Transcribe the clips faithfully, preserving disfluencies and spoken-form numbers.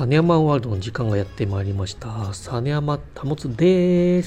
サネヤマンワールドの時間がやってまいりました。サネヤマ保です。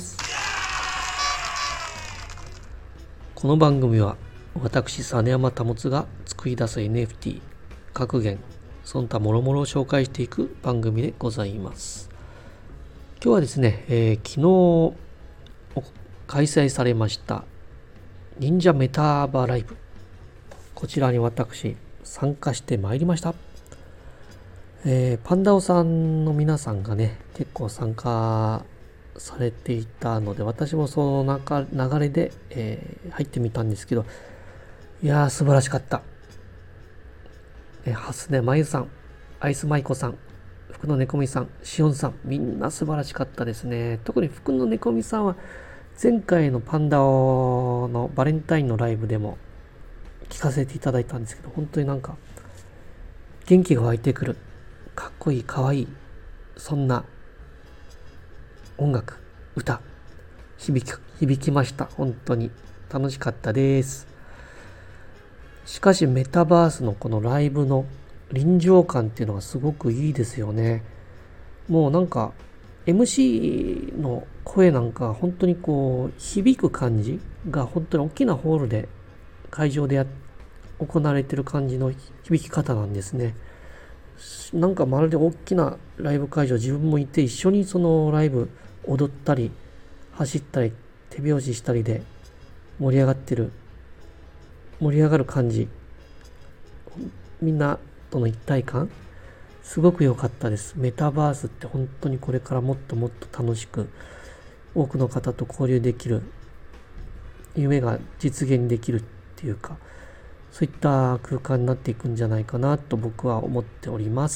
この番組は私サネヤマ保が作り出す エヌエフティー、格言、その他諸々を紹介していく番組でございます。今日はですね、えー、昨日開催されました忍者メタバライブ、こちらに私参加してまいりました。えー、パンダオさんの皆さんがね結構参加されていたので、私もその中流れで、えー、入ってみたんですけど、いやー素晴らしかった。えー、ハスネマユさん、アイスマイコさん、福野猫みさん、シオンさん、みんな素晴らしかったですね。特に福野猫みさんは前回のパンダオのバレンタインのライブでも聞かせていただいたんですけど、本当になんか元気が湧いてくる、かっこいい、かわいい、そんな音楽、歌、響き、響きました。本当に楽しかったです。しかしメタバースのこのライブの臨場感っていうのがすごくいいですよね。もうなんか エムシー の声なんか本当にこう響く感じが本当に大きなホールで会場でや行われてる感じの響き方なんですね。なんかまるで大きなライブ会場、自分もいて一緒にそのライブ踊ったり走ったり手拍子したりで盛り上がってる盛り上がる感じ、みんなとの一体感すごく良かったです。メタバースって本当にこれからもっともっと楽しく多くの方と交流できる、夢が実現できるっていうか、そういった空間になっていくんじゃないかなと僕は思っております。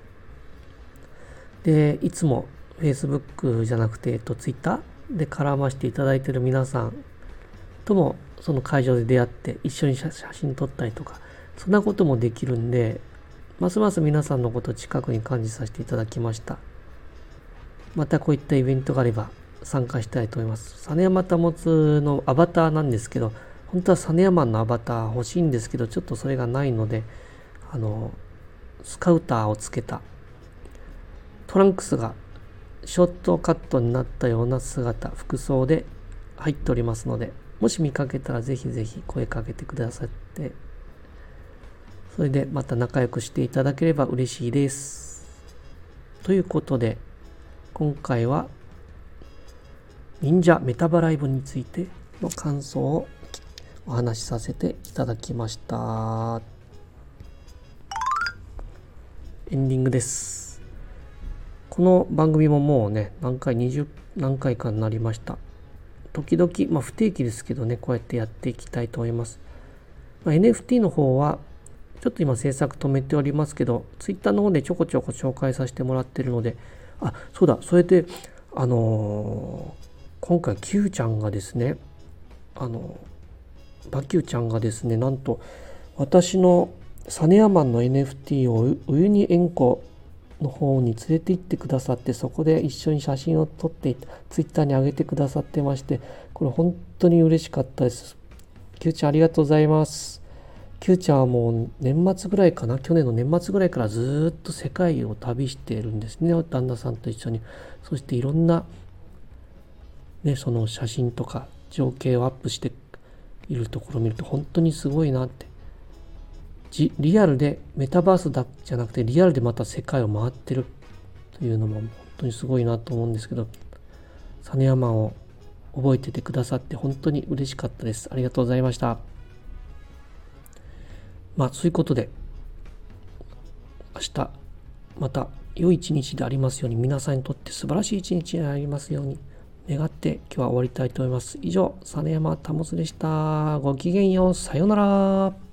で、いつも Facebook じゃなくて、えっと、Twitter で絡ましていただいている皆さんともその会場で出会って一緒に写真撮ったりとか、そんなこともできるんで、ますます皆さんのことを近くに感じさせていただきました。またこういったイベントがあれば参加したいと思います。実山保のアバターなんですけど、本当はサネヤマンのアバター欲しいんですけど、ちょっとそれがないので、あのスカウターをつけたトランクスがショートカットになったような姿、服装で入っておりますので、もし見かけたらぜひぜひ声かけてくださって、それでまた仲良くしていただければ嬉しいです。ということで、今回は忍者メタバライブについての感想をお話しさせていただきました。エンディングです。この番組ももうね何回にじゅう何回かになりました。時々、まあ、不定期ですけどね、こうやってやっていきたいと思います。まあ、エヌエフティー の方はちょっと今制作止めておりますけど、Twitter の方でちょこちょこ紹介させてもらってるので、あ、そうだ、それであのー、今回 Q ちゃんがですね、あのーバキューちゃんがですね、なんと私のサネヤマンの エヌエフティー をウユニ塩湖の方に連れて行ってくださって、そこで一緒に写真を撮ってツイッターに上げてくださってまして、これ本当に嬉しかったです。キューちゃんありがとうございます。キューちゃんはもう年末ぐらいかな、去年の年末ぐらいからずっと世界を旅しているんですね、旦那さんと一緒に。そしていろんなね、その写真とか情景をアップしているところを見ると本当にすごいなって、じリアルでメタバースだじゃなくてリアルでまた世界を回ってるというのも本当にすごいなと思うんですけど、サネヤマンを覚えててくださって本当に嬉しかったです。ありがとうございました。まあそういうことで明日また良い一日でありますように、皆さんにとって素晴らしい一日でありますように願って今日は終わりたいと思います。以上、実山保でした。ごきげんよう。さようなら。